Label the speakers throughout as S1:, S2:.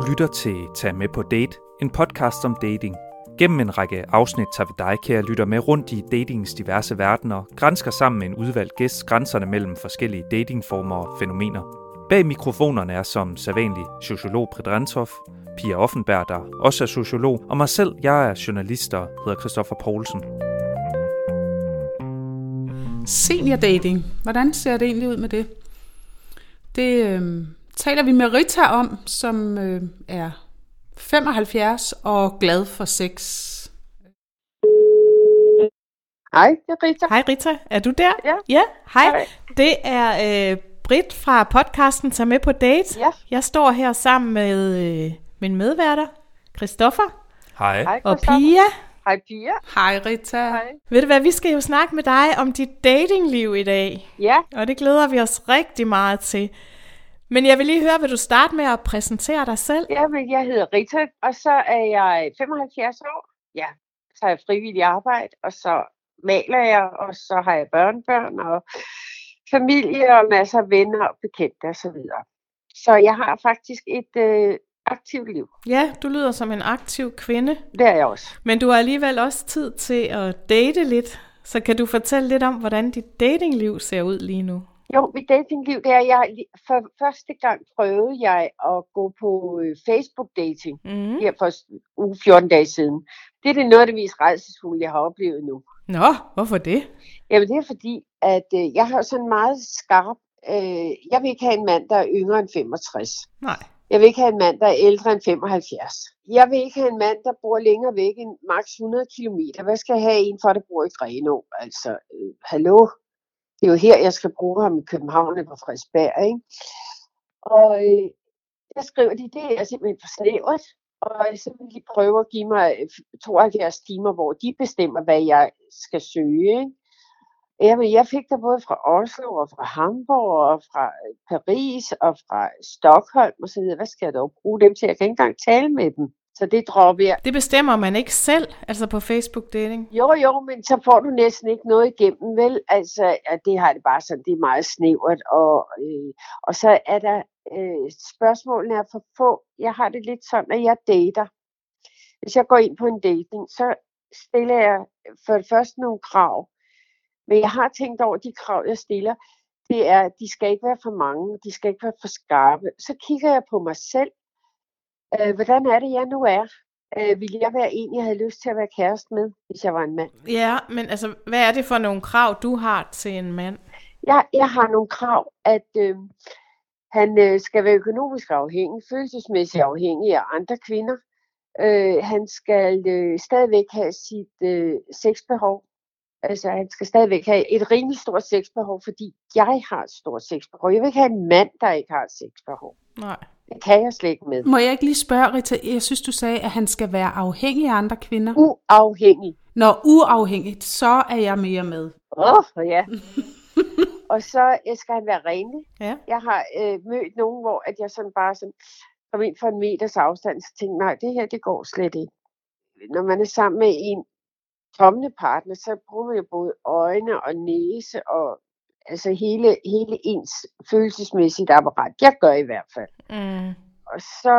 S1: lytter til Tag med på date, en podcast om dating. Gennem en række afsnit tager vi dig, kære lytter, med rundt i datingens diverse verdener, gransker sammen med en udvalgt gæst grænserne mellem forskellige datingformer og fænomener. Bag mikrofonerne er som sædvanlig sociolog Britt Ranthoff, Pia Offenberg, der også er sociolog, og mig selv, jeg er journalist og hedder Christoffer Poulsen.
S2: Seniordating. Hvordan ser det egentlig ud med det? Det taler vi med Rita om, som er 75 og glad for sex.
S3: Hej, det er Rita.
S4: Hej Rita, er du der?
S3: Ja.
S4: Ja, hej. Det er Britt fra podcasten Tag med på date.
S3: Ja.
S4: Jeg står her sammen med min medværter, Christoffer.
S1: Hej.
S3: Hej,
S4: Og
S3: Christoffer.
S4: Pia.
S3: Hej, Pia.
S2: Hej Rita.
S3: Hej.
S4: Ved du hvad, vi skal jo snakke med dig om dit datingliv i dag.
S3: Ja,
S4: Og det glæder vi os rigtig meget til. Men jeg vil lige høre, vil du starte med at præsentere dig selv?
S3: men jeg hedder Rita, og så er jeg 75 år. Ja, så har jeg frivillig arbejde, og så maler jeg, og så har jeg børnebørn og familie og masser af venner og bekendte og så videre. Så jeg har faktisk et aktivt liv.
S4: Ja, du lyder som en aktiv kvinde,
S3: Det er jeg også.
S4: men du har alligevel også tid til at date lidt. Så kan du fortælle lidt om, hvordan dit datingliv ser ud lige nu?
S3: Jo, mit datingliv, det er, for første gang prøvede jeg at gå på Facebook-dating her for uge 14 dage siden. Det er noget af det mest rædselsfulde, jeg har oplevet nu.
S4: Nå, hvorfor det?
S3: Jamen det er fordi, at jeg har sådan meget skarp, jeg vil ikke have en mand, der er yngre end 65.
S4: Nej.
S3: Jeg vil ikke have en mand, der er ældre end 75. Jeg vil ikke have en mand, der bor længere væk end maks 100 kilometer. Hvad skal jeg have en for, der bor i Grenå? Altså, hallo? Det er jo her, jeg skal bruge ham i København eller på Frederiksberg, ikke? Og jeg skriver det er simpelthen for snævert. Og så vil de prøve at give mig 72 timer, hvor de bestemmer, hvad jeg skal søge, ikke? Jamen, jeg fik der både fra Oslo og fra Hamburg og fra Paris og fra Stockholm og så videre. Hvad skal jeg dog bruge dem til? Jeg kan ikke engang tale med dem. Så det dropper jeg.
S4: Det bestemmer man ikke selv, altså på Facebook dating?
S3: Jo, men så får du næsten ikke noget igennem, vel? Altså, det har det bare sådan, det er meget snævert. Og så er der spørgsmålene er for få. Jeg har det lidt sådan, at jeg dater. Hvis jeg går ind på en dating, så stiller jeg for det første nogle krav. Men jeg har tænkt over de krav, jeg stiller. Det er, at de skal ikke være for mange. De skal ikke være for skarpe. Så kigger jeg på mig selv. Hvordan er det, jeg nu er? Vil jeg være en, jeg havde lyst til at være kæreste med, hvis jeg var en mand?
S4: Ja, men altså, hvad er det for nogle krav, du har til en mand?
S3: Jeg har nogle krav, at han skal være økonomisk afhængig, følelsesmæssigt afhængig af andre kvinder. Han skal stadigvæk have sit sexbehov. Altså, han skal stadigvæk have et rimelig stort sexbehov, fordi jeg har et stort sexbehov. Jeg vil ikke have en mand, der ikke har et sexbehov.
S4: Nej.
S3: Det kan jeg slet ikke med.
S2: Må jeg ikke lige spørge, Rita? Jeg synes, du sagde, at han skal være afhængig af andre kvinder.
S3: Uafhængig.
S2: Når uafhængigt, så er jeg mere med.
S3: Ja. Og så skal han være renlig.
S4: Ja.
S3: Jeg har mødt nogen, hvor at jeg sådan bare sådan kom ind for en meters afstand, så tænkte nej, det her, det går slet ikke. Når man er sammen med en kommende partner, så bruger man jo både øjne og næse og altså hele ens følelsesmæssigt apparat. Jeg gør i hvert fald.
S4: Mm.
S3: Og så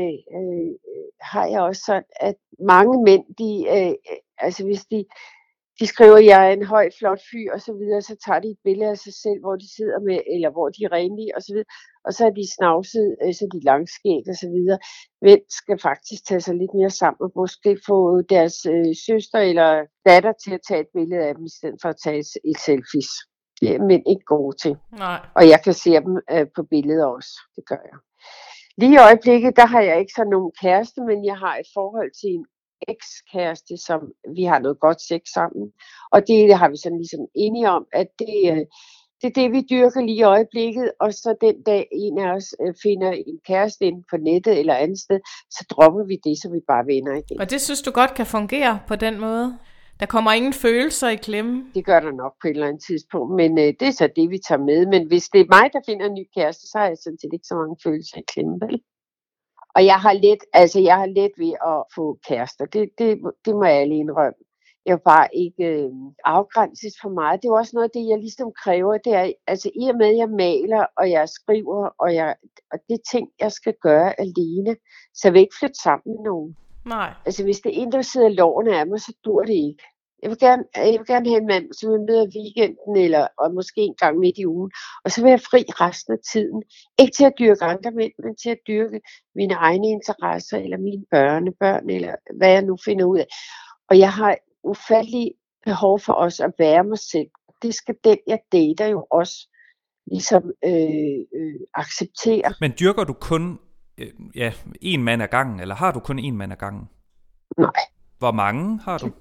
S3: har jeg også sådan, at mange mænd, altså hvis de skriver, at jeg er en høj, flot fyr og så videre, så tager de et billede af sig selv, hvor de sidder med, eller hvor de er renlige og så videre. Og så er de snavset, så er de langskæg og så videre. Mænd skal faktisk tage sig lidt mere sammen og måske få deres søster eller datter til at tage et billede af dem, i stedet for at tage et selfies. Det er mænd ikke gode til.
S4: Nej.
S3: Og jeg placerer dem på billeder også. Det gør jeg. Lige i øjeblikket, der har jeg ikke sådan nogen kæreste, men jeg har et forhold til en ekskæreste, som vi har noget godt sex sammen. Og det har vi sådan ligesom enige om, at det er det, vi dyrker lige i øjeblikket. Og så den dag en af os finder en kæreste inde på nettet eller andet sted, så dropper vi det, så vi bare vender igen.
S4: Og det synes du godt kan fungere på den måde? Der kommer ingen følelser i klemme?
S3: Det gør der nok på et eller andet tidspunkt, men det er så det, vi tager med. Men hvis det er mig, der finder en ny kæreste, så har jeg sådan set ikke så mange følelser i klemme, vel? Og jeg har let ved at få kærester. Det må jeg lige indrømme. Jeg vil bare ikke afgrænses for meget. Det er jo også noget af det, jeg ligesom kræver. Det er, altså i og med, at jeg maler, og jeg skriver, og det er ting, jeg skal gøre alene, så jeg vil ikke flytte sammen med nogen.
S4: Nej.
S3: Altså hvis det er en, der sidder lårene af mig, så dur det ikke. Jeg vil gerne have en mand, som jeg møder i weekenden, og måske en gang midt i ugen. Og så vil jeg fri resten af tiden. Ikke til at dyrke andre mænd, men til at dyrke mine egne interesser, eller mine børnebørn, eller hvad jeg nu finder ud af. Og jeg har ufattelig behov for også at være mig selv. Det skal den, jeg dater, jo også ligesom acceptere.
S1: Men dyrker du kun en mand ad gangen, eller har du kun en mand ad gangen?
S3: Nej.
S1: Hvor mange har du?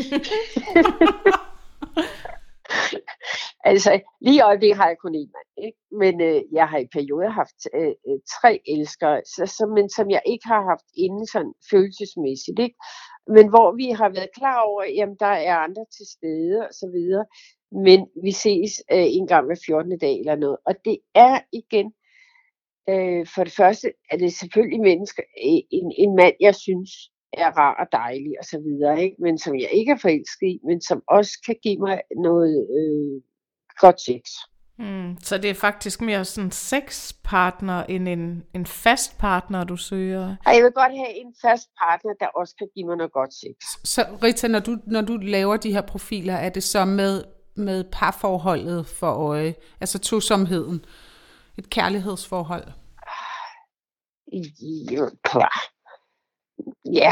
S3: Altså, lige i øjeblikket har jeg kun en mand, ikke? Men jeg har i perioder haft 3 elskere, men som jeg ikke har haft inden sådan følelsesmæssigt, ikke? Men hvor vi har været klar over, jamen der er andre til stede og så videre, men vi ses en gang hver 14. dag eller noget. Og det er igen, for det første, er det selvfølgelig mennesker, en mand, jeg synes er rar og dejlig og så videre, ikke? Men som jeg ikke er forelsket i, men som også kan give mig noget godt sex.
S4: Så det er faktisk mere sådan en sexpartner end en fast partner, du søger?
S3: Og jeg vil godt have en fast partner, der også kan give mig noget godt sex.
S2: Så Rita, når du laver de her profiler, er det så med parforholdet for øje? Altså tosomheden? Et kærlighedsforhold?
S3: Jo, klar. Ja.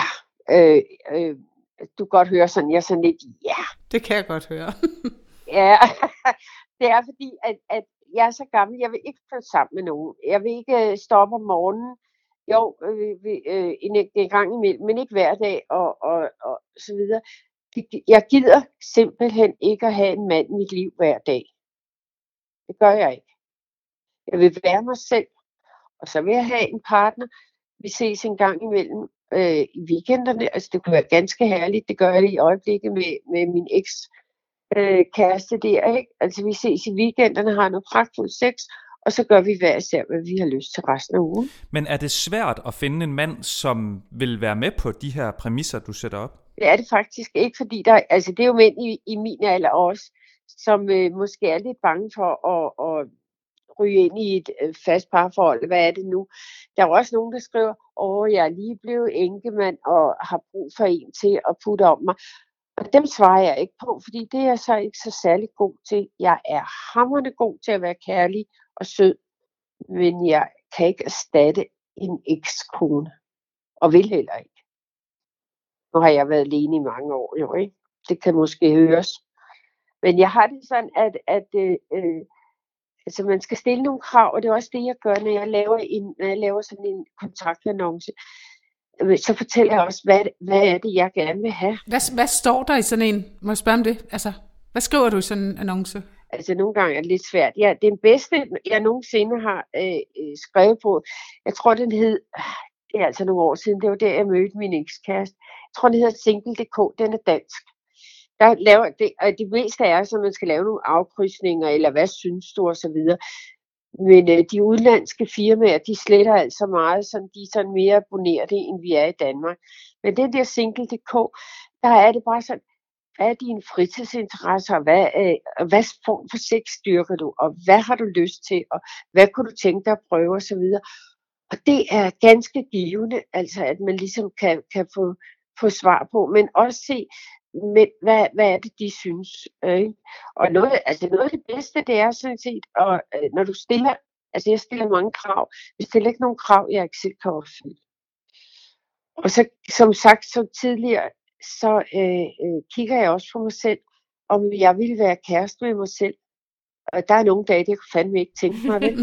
S3: Du kan godt høre sådan, jeg er sådan lidt, ja.
S2: Det kan jeg godt høre.
S3: Ja, det er fordi, at jeg er så gammel, jeg vil ikke flytte sammen med nogen. Jeg vil ikke stoppe om morgenen, jo, en gang imellem, men ikke hver dag og så videre. Jeg gider simpelthen ikke at have en mand i mit liv hver dag. Det gør jeg ikke. Jeg vil være mig selv, og så vil jeg have en partner. Vi ses en gang imellem i weekenderne. Altså det kunne være ganske herligt. Det gør jeg i øjeblikket med min kæreste der, ikke? Altså vi ses i weekenderne, har noget pragtfuldt sex, og så gør vi hver især, hvad vi har lyst til resten af ugen.
S1: Men er det svært at finde en mand, som vil være med på de her præmisser, du sætter op?
S3: Det er det faktisk ikke, fordi det er jo mænd i min alder også, som måske er lidt bange for at ryge ind i et fast parforhold. Hvad er det nu? Der er også nogen, der skriver, jeg er lige blevet enkemand og har brug for en til at putte om mig. Og dem svarer jeg ikke på, fordi det er jeg så ikke så særlig god til. Jeg er hamrende god til at være kærlig og sød, men jeg kan ikke erstatte en ekskone. Og vil heller ikke. Nu har jeg været alene i mange år, jo, ikke? Det kan måske høres. Men jeg har det sådan, altså man skal stille nogle krav, og det er også det, jeg gør, når jeg laver sådan en kontaktannonce. Så fortæller jeg også, hvad er det, jeg gerne vil have.
S2: Hvad står der i sådan en? Må jeg spørge om det? Altså, hvad skriver du i sådan en annonce?
S3: Altså, nogle gange er det lidt svært. Ja, den bedste, jeg nogensinde har skrevet på, jeg tror, den hed, det er altså nogle år siden, det var der, jeg mødte min ekskæreste. Jeg tror, den hedder Single.dk, den er dansk. Der laver det, og det meste er, så man skal lave nogle afkrydsninger, eller hvad synes du, og så videre. Men de udenlandske firmaer, de sletter altså meget, så de er sådan mere abonnerte, end vi er i Danmark. Men den der Single.dk, der er det bare sådan, hvad er dine fritidsinteresser, og hvad form for sex styrker du, og hvad har du lyst til, og hvad kunne du tænke dig at prøve, og så videre. Og det er ganske givende, altså at man ligesom kan få svar på, men også se, hvad er det, de synes. Og noget af det bedste, det er sådan set, og når du stiller, altså jeg stiller mange krav, jeg stiller ikke nogen krav, jeg ikke selv kan opfylde. Og så, som sagt, så tidligere, så kigger jeg også på mig selv, om jeg ville være kæreste med mig selv. Og der er nogle dage, det kunne fandme ikke tænke mig, vel?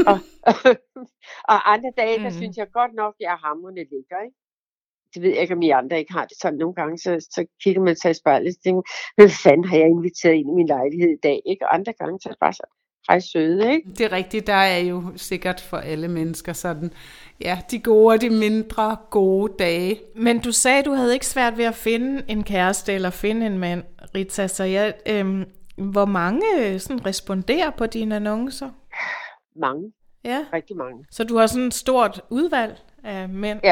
S3: og andre dage, der synes jeg godt nok, jeg er hamrende lækker, ikke? Det ved jeg ikke, om I andre ikke har det sådan nogle gange, så kigger man sig i spejlet og tænker, hvad fanden har jeg inviteret ind i min lejlighed i dag, ikke? Og andre gange, så er det bare sådan, hej søde, ikke?
S2: Det er rigtigt, der er jo sikkert for alle mennesker sådan, ja, de gode og de mindre gode dage.
S4: Men du sagde, du havde ikke svært ved at finde en kæreste eller finde en mand, Rita, så hvor mange sådan responderer på dine annoncer?
S3: Mange.
S4: Ja.
S3: Rigtig mange.
S4: Så du har sådan et stort udvalg af mænd?
S3: Ja,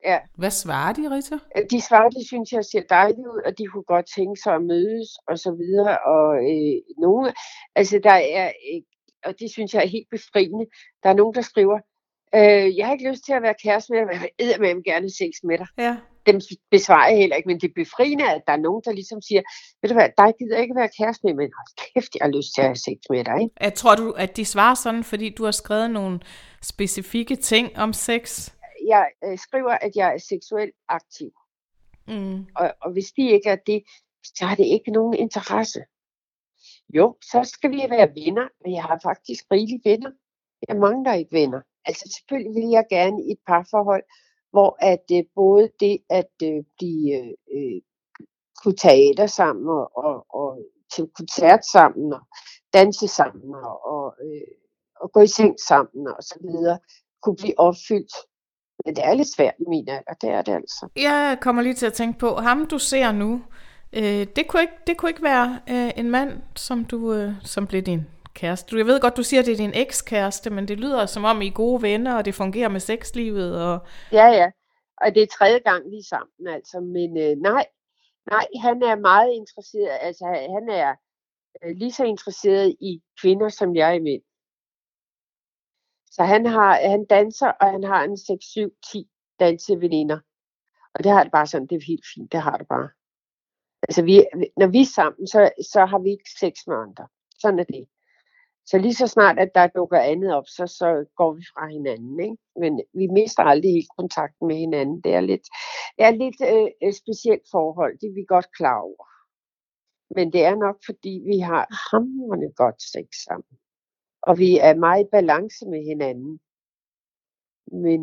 S3: Ja.
S2: Hvad svarer de, Rita?
S3: De svarer, de synes, jeg ser dejligt ud, og de kunne godt tænke sig at mødes, og så videre. Og nogle, altså der er, og det synes jeg er helt befriende, der er nogen, der skriver, jeg har ikke lyst til at være kæreste med dig, men jeg vil eddermame gerne sex med dig.
S4: Ja.
S3: Dem besvarer jeg heller ikke, men det er befriende, at der er nogen, der ligesom siger, ved du hvad, dig gider ikke være kæreste med, men kæft, jeg har lyst til at have sex med dig. Ikke?
S4: Jeg tror du, at de svarer sådan, fordi du har skrevet nogle specifikke ting om sex?
S3: Jeg skriver, at jeg er seksuelt aktiv. Og hvis de ikke er det, så har det ikke nogen interesse. Jo, så skal vi være venner, men jeg har faktisk rigeligt venner. Jeg mangler ikke venner. Altså selvfølgelig vil jeg gerne i et parforhold, hvor at både det at blive kunne teater sammen og til koncert sammen og danse sammen og gå i seng sammen og så videre, kunne blive opfyldt. Men det er lidt svært i min alder, det er det altså.
S4: Jeg kommer lige til at tænke på, ham du ser nu, det kunne ikke være en mand, som blev din kæreste. Jeg ved godt, du siger, at det er din ekskæreste, men det lyder som om I er gode venner, og det fungerer med sexlivet. Og...
S3: Ja, og det er tredje gang vi er sammen, altså. Men nej, han er meget interesseret, altså han er lige så interesseret i kvinder, som jeg er i mænd. Så han danser, og han har en 6, 7, 10 danseveninder. Og det har det bare sådan, det er helt fint, det har det bare. Altså når vi er sammen, så har vi ikke sex med andre. Sådan er det. Så lige så snart, at der dukker andet op, så går vi fra hinanden. Ikke? Men vi mister aldrig helt kontakten med hinanden. Det er lidt specielt forhold, det er vi godt klar over. Men det er nok, fordi vi har hamrende godt sex sammen. Og vi er meget i balance med hinanden. Men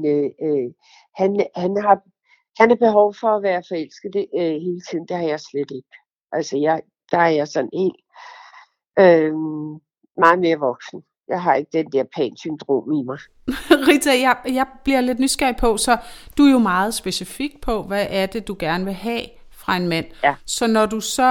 S3: han har behov for at være forelsket hele tiden. Det har jeg slet ikke. Altså der er jeg sådan helt meget mere voksen. Jeg har ikke den der pan-syndrom i mig.
S2: Rita, jeg bliver lidt nysgerrig på, så du er jo meget specifik på, hvad er det, du gerne vil have fra en mand.
S3: Ja.
S2: Så når du så...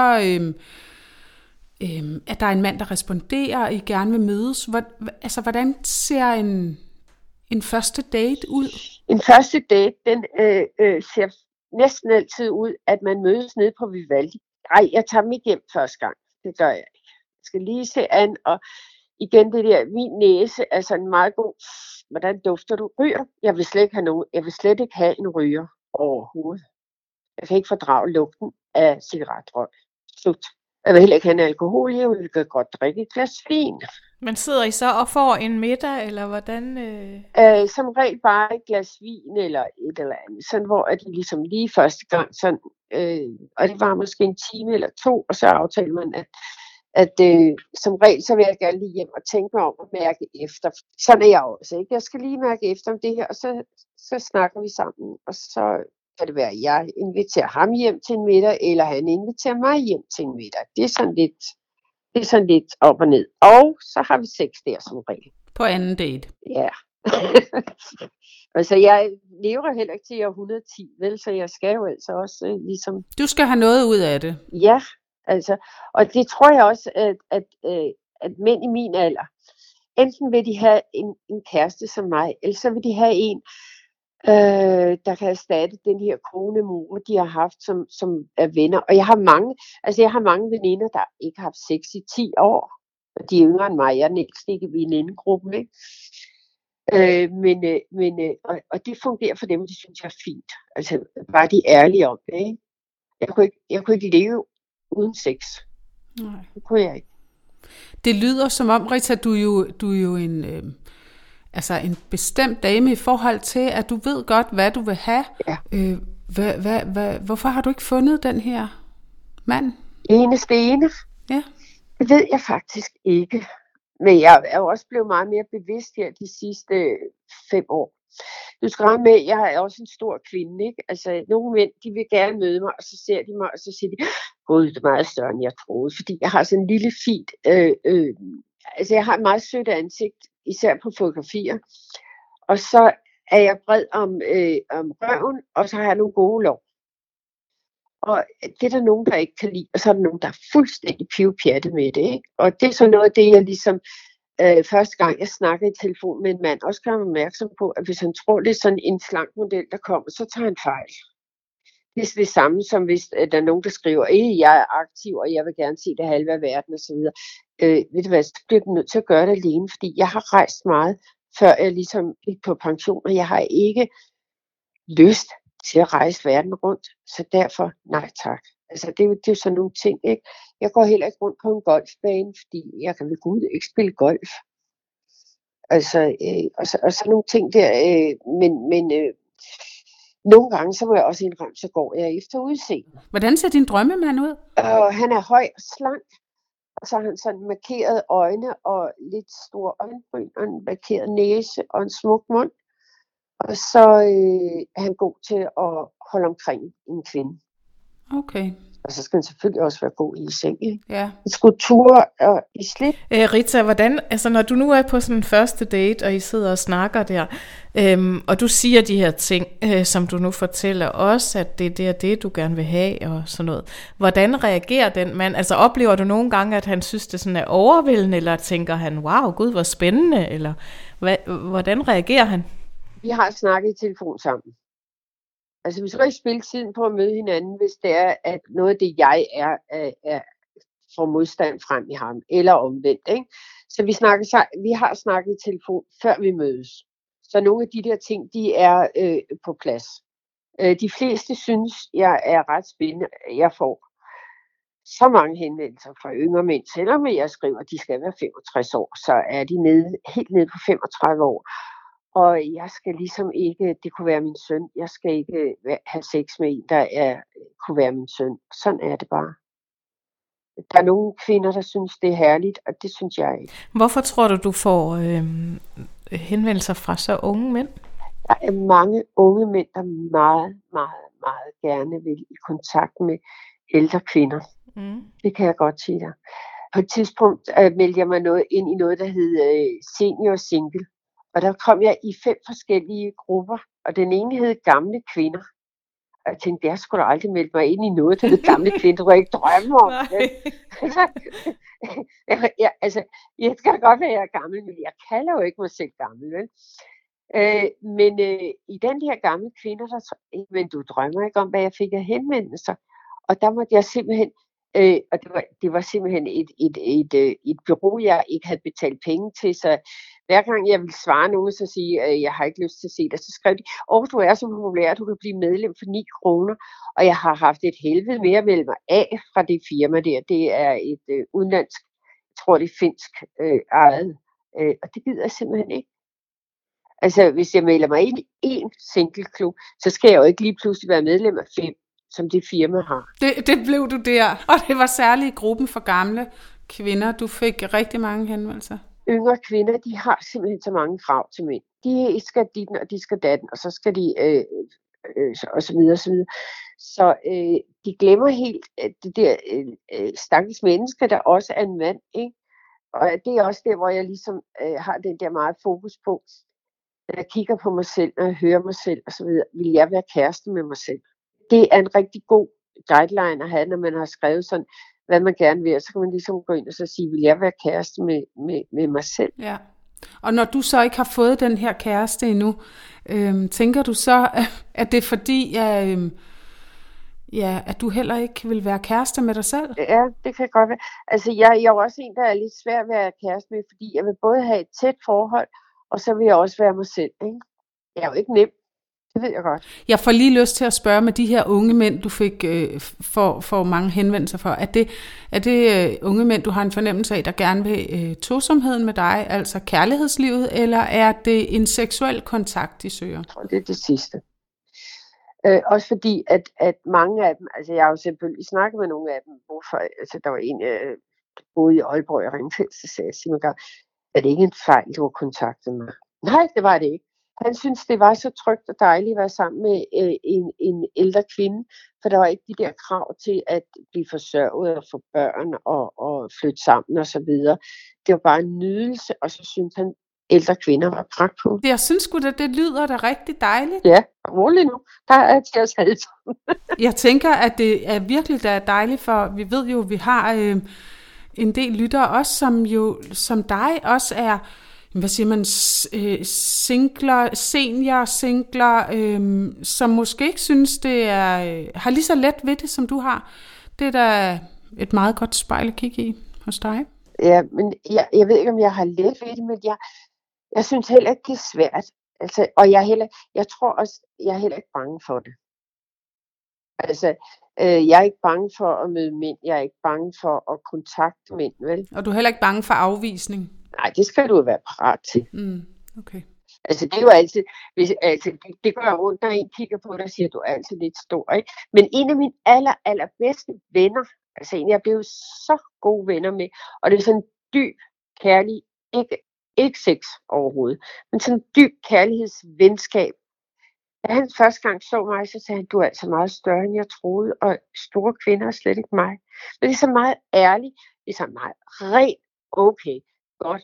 S2: at der er en mand, der responderer, og I gerne vil mødes. Hvordan ser en første date ud? En
S3: første date, den ser næsten altid ud, at man mødes nede på Vivaldi. Ej, jeg tager dem ikke hjem første gang. Det gør jeg ikke. Jeg skal lige se an, og igen det der, min næse er sådan meget god. Hvordan dufter du? Ryger? Jeg vil slet ikke have en ryger overhovedet. Jeg kan ikke fordrage lugten af cigaretrøg. Slut. Jeg vil heller ikke have en alkohol, jeg vil godt drikke et glas vin.
S4: Men sidder I så og får en middag, eller hvordan?
S3: Som regel bare et glas vin eller et eller andet. Sådan, hvor at de ligesom lige første gang, sådan, og det var måske en time eller 2, og så aftalte man, at som regel, så vil jeg gerne lige hjem og tænke mig om at mærke efter. Sådan er jeg også, ikke? Jeg skal lige mærke efter om det her, og så snakker vi sammen, og så kan det være, at jeg inviterer ham hjem til en middag, eller han inviterer mig hjem til en middag. Det er sådan lidt op og ned. Og så har vi sex der som regel.
S2: På anden date?
S3: Ja. Altså, jeg lever heller ikke til jeg er 110, vel? Så jeg skal jo altså også ligesom...
S2: Du skal have noget ud af det.
S3: Ja, altså. Og det tror jeg også, at mænd i min alder, enten vil de have en kæreste som mig, eller så vil de have en, der kan erstatte den her konemor, de har haft, som er venner. Og jeg har mange veninder, der ikke har haft sex i 10 år. Og de er yngre end mig. Jeg er den ældste i venindegruppen, ikke? Og det fungerer for dem, det synes jeg er fint. Altså, bare de er ærlige om det, ikke? Jeg kunne ikke leve uden sex.
S2: Nej.
S3: Det kunne jeg ikke.
S2: Det lyder som om, Rita, du er jo en bestemt dame i forhold til, at du ved godt, hvad du vil have.
S3: Ja.
S2: Hvorfor har du ikke fundet den her mand?
S3: Ene.
S2: Ja.
S3: Det ved jeg faktisk ikke. Men jeg er jo også blevet meget mere bevidst her de sidste 5 år. Du skal regne med, at jeg er også en stor kvinde, ikke? Altså, nogle mænd, de vil gerne møde mig, og så ser de mig, og så siger de, gud, det er meget større, end jeg troede. Fordi jeg har sådan en lille fint, altså jeg har et meget sødt ansigt, især på fotografier. Og så er jeg bred om røven, og så har jeg nogle gode lår. Og det er der nogen, der ikke kan lide, og så er der nogen, der er fuldstændig pivpjatte med det, ikke? Og det er så noget af det, jeg ligesom første gang jeg snakker i telefon med en mand, også gør ham opmærksom på, at hvis han tror, det er sådan en slank model, der kommer, så tager han fejl. Det er det samme som hvis der er nogen, der skriver, jeg er aktiv, og jeg vil gerne se det halve af verden osv. Ved du hvad, så bliver du nødt til at gøre det alene, fordi jeg har rejst meget, før jeg ligesom gik på pension, og jeg har ikke lyst til at rejse verden rundt, så derfor nej tak. Altså det er jo sådan nogle ting, ikke? Jeg går heller ikke rundt på en golfbane, fordi jeg kan ved Gud ikke spille golf. Altså, og sådan nogle ting der, men nogle gange, så må jeg også indrømme, så går jeg efter udseende.
S2: Hvordan ser din drømmemand ud?
S3: Han er høj og slank, og så har han sådan markerede øjne og lidt store øjenbryn, og en markeret næse og en smuk mund. Og så er han god til at holde omkring en kvinde.
S2: Okay.
S3: Og så skal han selvfølgelig også være god i seng, ikke?
S2: Ja.
S3: Skulpturer og i slip.
S4: Rita, hvordan, altså når du nu er på sådan en første date, og I sidder og snakker der, og du siger de her ting, som du nu fortæller også, at det er det, du gerne vil have, og sådan noget. Hvordan reagerer den mand? Altså oplever du nogle gange, at han synes, det sådan er overvældende, eller tænker han, wow, gud, hvor spændende, eller hvordan reagerer han?
S3: Vi har snakket i telefon sammen. Altså vi skal ikke spille tiden på at møde hinanden, hvis det er, at noget af det, jeg er får modstand frem i ham, eller omvendt, ikke? Så vi har snakket i telefon, før vi mødes. Så nogle af de der ting, de er på plads. De fleste synes, jeg er ret spændende. Jeg får så mange henvendelser fra yngre mænd, selvom jeg skriver, at de skal være 65 år, så er de helt nede på 35 år. Og jeg skal ligesom ikke, det kunne være min søn, jeg skal ikke have sex med en, der kunne være min søn. Sådan er det bare. Der er nogle kvinder, der synes, det er herligt, og det synes jeg ikke.
S4: Hvorfor tror du får henvendelser fra så unge mænd?
S3: Der er mange unge mænd, der meget, meget, meget gerne vil i kontakt med ældre kvinder. Mm. Det kan jeg godt sige dig. På et tidspunkt meldte jeg mig ind i noget, der hed senior single. Og der kom jeg i 5 forskellige grupper, og den ene hed gamle kvinder. Og jeg tænkte, jeg skulle da aldrig melde mig ind i noget, der hed gamle kvinder, det kunne jeg ikke drømme om. Jeg kan godt være, at jeg er gammel, men jeg kalder jo ikke mig selv gammel, vel? Men i den her gamle kvinder, men du drømmer ikke om, hvad jeg fik af henvendelser. Og der måtte jeg simpelthen, og det var simpelthen et bureau, jeg ikke havde betalt penge til, så hver gang jeg ville svare nogen, så sige, at jeg har ikke lyst til at se dig, så skrev de, du er så populær, du kan blive medlem for 9 kroner, og jeg har haft et helvede mere at melde mig af fra det firma der. Det er et udenlandsk, jeg tror det er finsk ejet, og det gider jeg simpelthen ikke. Altså, hvis jeg melder mig ind i én singleklub, så skal jeg jo ikke lige pludselig være medlem af 5, som det firma har.
S2: Det blev du der, og det var særligt i gruppen for gamle kvinder, du fik rigtig mange henvendelser.
S3: Yngre kvinder, de har simpelthen så mange krav til mænd. De skal ditten, og de skal datten, og så skal de, og så videre, og så videre. Så de glemmer helt det der stakkels menneske, der også er en mand, ikke? Og det er også der, hvor jeg ligesom har den der meget fokus på, når jeg kigger på mig selv, når jeg hører mig selv, og så videre, vil jeg være kæreste med mig selv. Det er en rigtig god guideline at have, når man har skrevet sådan, hvad man gerne vil, så kan man ligesom gå ind og så sige, vil jeg være kæreste med mig selv?
S2: Ja. Og når du så ikke har fået den her kæreste endnu, tænker du så, at det er fordi, at du heller ikke vil være kæreste med dig selv?
S3: Ja, det kan godt være. Altså, jeg er jo også en, der er lidt svær at være kæreste med, fordi jeg vil både have et tæt forhold, og så vil jeg også være mig selv, ikke? Jeg er jo ikke nem. Det ved jeg godt.
S2: Jeg får lige lyst til at spørge med de her unge mænd, du fik for mange henvendelser for. Er det unge mænd, du har en fornemmelse af, der gerne vil tosomheden med dig, altså kærlighedslivet, eller er det en seksuel kontakt, de søger?
S3: Jeg tror, det er det sidste. Også fordi, at mange af dem, altså jeg har jo selvfølgelig snakket med nogle af dem, hvorfor, altså der var en, der boede i Aalborg, jeg ringte til, så sagde jeg, er det ikke en fejl, du har kontaktet mig? Nej, det var det ikke. Han synes, det var så trygt og dejligt at være sammen med en ældre kvinde, for der var ikke de der krav til at blive forsørget og få børn og flytte sammen og så videre. Det var bare en nydelse, og så synes han, ældre kvinder var pragtfulde.
S2: Jeg synes sgu da, det lyder da rigtig dejligt.
S3: Ja, roligt nu. Der er til os alle sammen.
S2: Jeg tænker, at det er virkelig da dejligt, for vi ved jo, at vi har en del lyttere også, som dig også er, hvad siger man, senior, som måske ikke synes, det har lige så let ved det, som du har. Det er da et meget godt spejl at kigge i hos dig.
S3: Ja, men jeg ved ikke, om jeg har let ved det, men jeg synes heller ikke, det er svært. Altså, og jeg tror også, jeg er heller ikke bange for det. Altså, jeg er ikke bange for at møde mænd. Jeg er ikke bange for at kontakte mænd, vel?
S2: Og du er heller ikke bange for afvisning?
S3: Nej, det skal du jo være parat til.
S2: Okay.
S3: Altså, det er jo altid, det går jeg rundt, når en kigger på dig og siger, du er altid lidt stor, ikke? Men en af mine allerbedste venner, altså en, jeg blev så gode venner med, og det er sådan en dyb, kærlig, ikke sex overhovedet, men sådan en dyb kærlighedsvenskab. Da han første gang så mig, så sagde han, du er altså meget større, end jeg troede, og store kvinder er slet ikke mig. Men det er så meget ærligt, det er så meget rent, okay, godt,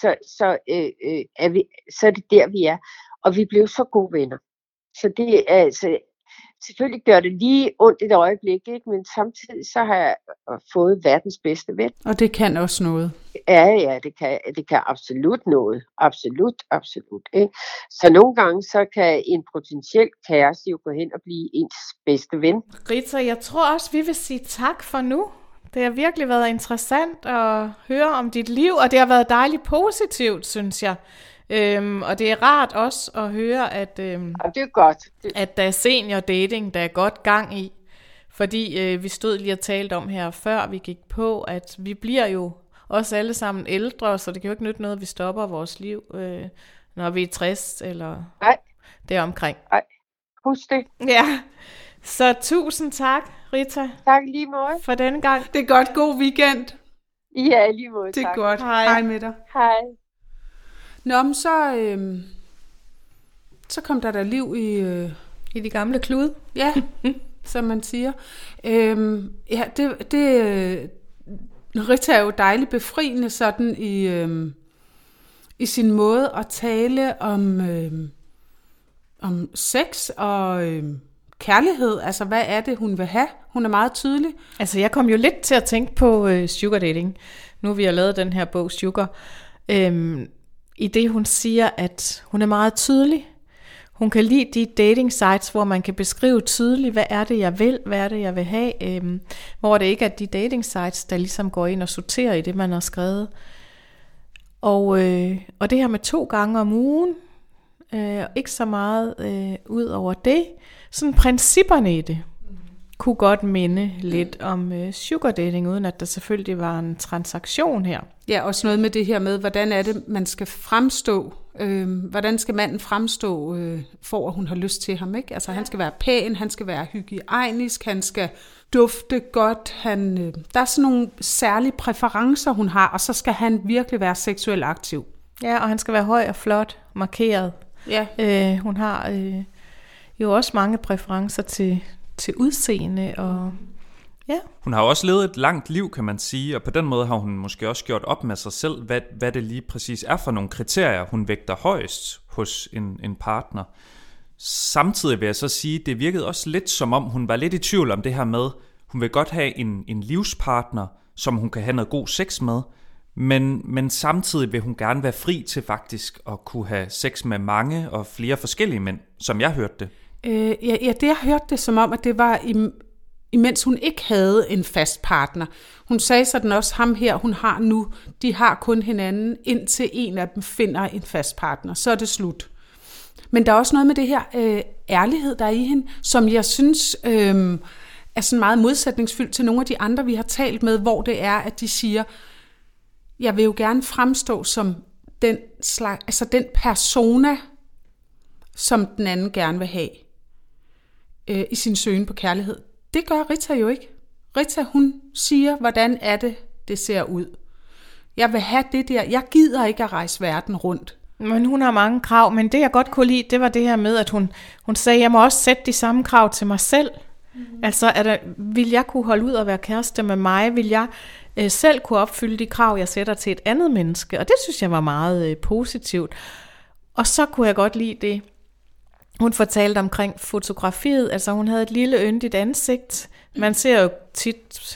S3: så er det der, vi er. Og vi blev så gode venner. Så det er altså, selvfølgelig gør det lige ondt et øjeblik, ikke? Men samtidig så har jeg fået verdens bedste ven.
S2: Og det kan også noget.
S3: Ja, det kan absolut noget. Absolut. Ikke? Så nogle gange, så kan en potentiel kæreste jo gå hen og blive ens bedste ven.
S4: Rita, jeg tror også, vi vil sige tak for nu. Det har virkelig været interessant at høre om dit liv, og det har været dejligt positivt, synes jeg. Og det er rart også at høre, at,
S3: det er godt.
S4: At der er senior dating, der er godt gang i. Fordi vi stod lige og talte om her, før vi gik på, at vi bliver jo også alle sammen ældre, så det kan jo ikke nytte noget, at vi stopper vores liv, når vi er 60 eller deromkring.
S3: Nej, husk det.
S4: Ja, så tusind tak, Rita.
S3: Tak lige måde.
S4: For denne gang.
S2: Det er godt. God weekend.
S3: Ja, lige måde.
S2: Det er
S3: tak.
S2: godt.
S4: Hej
S2: med dig.
S3: Hej.
S2: Nå, men så kom der liv
S4: i de gamle klude.
S2: Ja, som man siger. Rita er jo dejligt befriende sådan i sin måde at tale om sex og kærlighed. Altså, hvad er det, hun vil have? Hun er meget tydelig.
S4: Altså, jeg kom jo lidt til at tænke på sugar dating. Nu vi har lavet den her bog, Sugar. I det, hun siger, at hun er meget tydelig. Hun kan lide de dating sites, hvor man kan beskrive tydeligt, hvad er det, jeg vil, hvad er det, jeg vil have. Hvor det ikke er de dating sites, der ligesom går ind og sorterer i det, man har skrevet. Og det her med 2 gange om ugen, ikke så meget ud over det. Sådan principperne i det kunne godt minde lidt om sugar dating, uden at der selvfølgelig var en transaktion her.
S2: Ja, også noget med det her med, hvordan er det, man skal fremstå. Hvordan skal manden fremstå, for at hun har lyst til ham, ikke? Altså, han skal være pæn, han skal være hygiejnisk, han skal dufte godt. Der er sådan nogle særlige præferencer, hun har, og så skal han virkelig være seksuelt aktiv.
S4: Ja, og han skal være høj og flot, markeret.
S2: Ja.
S4: Hun har jo også mange præferencer til udseende og ja.
S1: Hun har også levet et langt liv, kan man sige, og på den måde har hun måske også gjort op med sig selv, hvad det lige præcis er for nogle kriterier, hun vægter højst hos en partner. Samtidig vil jeg så sige, det virkede også lidt som om, hun var lidt i tvivl om det her med, hun vil godt have en livspartner, som hun kan have noget god sex med, men samtidig vil hun gerne være fri til faktisk at kunne have sex med mange og flere forskellige mænd, som jeg hørte det.
S2: Ja, det jeg hørte det som om, at det var imens hun ikke havde en fast partner. Hun sagde sådan også, ham her, hun har nu, de har kun hinanden, indtil en af dem finder en fast partner. Så er det slut. Men der er også noget med det her ærlighed, der er i hende, som jeg synes er sådan meget modsætningsfyldt til nogle af de andre, vi har talt med, hvor det er, at de siger, jeg vil jo gerne fremstå som den slags, altså den persona, som den anden gerne vil have i sin søgen på kærlighed. Det gør Rita jo ikke. Rita, hun siger, hvordan er det ser ud. Jeg vil have det der. Jeg gider ikke at rejse verden rundt.
S4: Men hun har mange krav, men det jeg godt kunne lide, det var det her med, at hun sagde, jeg må også sætte de samme krav til mig selv. Mm-hmm. Altså, vil jeg kunne holde ud og være kæreste med mig? Vil jeg selv kunne opfylde de krav, jeg sætter til et andet menneske? Og det synes jeg var meget positivt. Og så kunne jeg godt lide det, hun fortalte omkring fotografiet. Altså, hun havde et lille yndigt ansigt. Man ser jo tit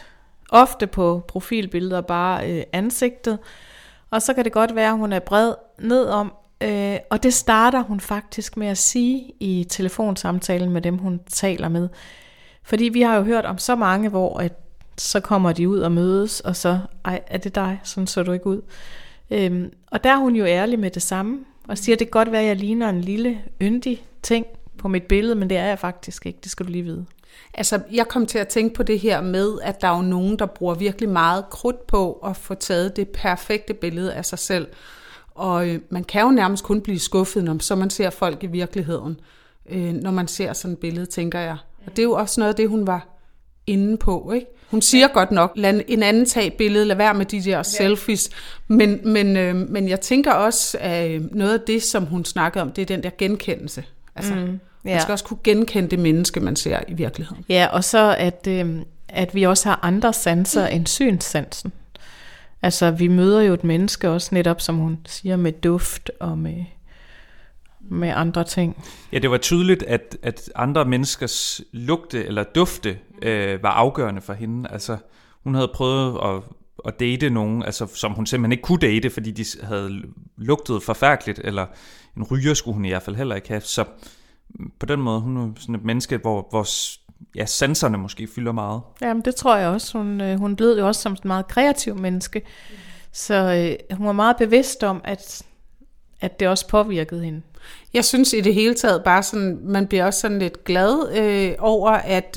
S4: Ofte på profilbilleder bare ansigtet. Og så kan det godt være, at hun er bred nedom. Og det starter hun faktisk med at sige i telefonsamtalen med dem, hun taler med. Fordi vi har jo hørt om så mange, hvor så kommer de ud og mødes, og så, er det dig? Sådan så du ikke ud. Og der er hun jo ærlig med det samme, og siger, det kan godt være, at jeg ligner en lille, yndig ting på mit billede, men det er jeg faktisk ikke, det skal du lige vide.
S2: Altså, jeg kom til at tænke på det her med, at der er jo nogen, der bruger virkelig meget krudt på at få taget det perfekte billede af sig selv. Og man kan jo nærmest kun blive skuffet, når så man ser folk i virkeligheden. Når man ser sådan et billede, tænker jeg. Og det er jo også noget af det, hun var inde på, ikke? Hun siger godt nok, lad en anden tage billedet, lad være med de der selfies. Men jeg tænker også, at noget af det, som hun snakkede om, det er den der genkendelse. Altså, man skal også kunne genkende det menneske, man ser i virkeligheden.
S4: Ja, og så at vi også har andre sanser end synssansen. Altså, vi møder jo et menneske også netop, som hun siger, med duft og med andre ting.
S1: Ja, det var tydeligt, at andre menneskers lugte eller dufte var afgørende for hende. Altså, hun havde prøvet at date nogen, altså, som hun simpelthen ikke kunne date, fordi de havde lugtet forfærdeligt, eller en ryger skulle hun i hvert fald heller ikke have. Så på den måde, hun er sådan et menneske, hvor sanserne måske fylder meget.
S4: Jamen, det tror jeg også. Hun lød jo også som et meget kreativ menneske. Så hun var meget bevidst om, at det også påvirkede hende.
S2: Jeg synes i det hele taget bare sådan, man bliver også sådan lidt glad over, at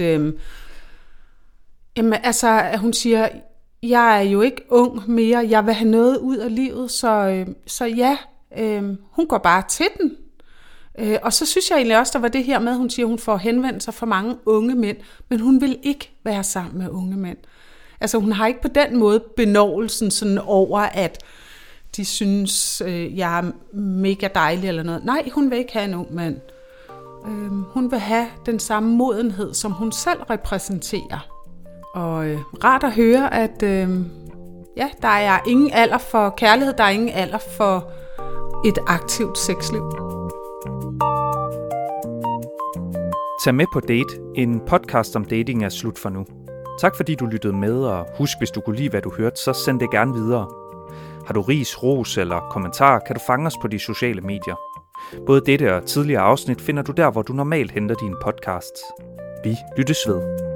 S2: at hun siger, jeg er jo ikke ung mere, jeg vil have noget ud af livet, så ja, hun går bare til den. Og så synes jeg egentlig også, der var det her med, hun siger, hun får henvendt sig for mange unge mænd, men hun vil ikke være sammen med unge mænd. Altså hun har ikke på den måde benovlelsen sådan over, at de synes, jeg er mega dejlig eller noget. Nej, hun vil ikke have en ung mand. Hun vil have den samme modenhed, som hun selv repræsenterer. Og rart at høre, at der er ingen alder for kærlighed, der er ingen alder for et aktivt sexliv.
S1: Tag med på Date, en podcast om dating er slut for nu. Tak fordi du lyttede med, og husk, hvis du kunne lide, hvad du hørte, så send det gerne videre. Har du ris, ros eller kommentarer, kan du fange os på de sociale medier. Både dette og tidligere afsnit finder du der, hvor du normalt henter dine podcasts. Vi lyttes ved.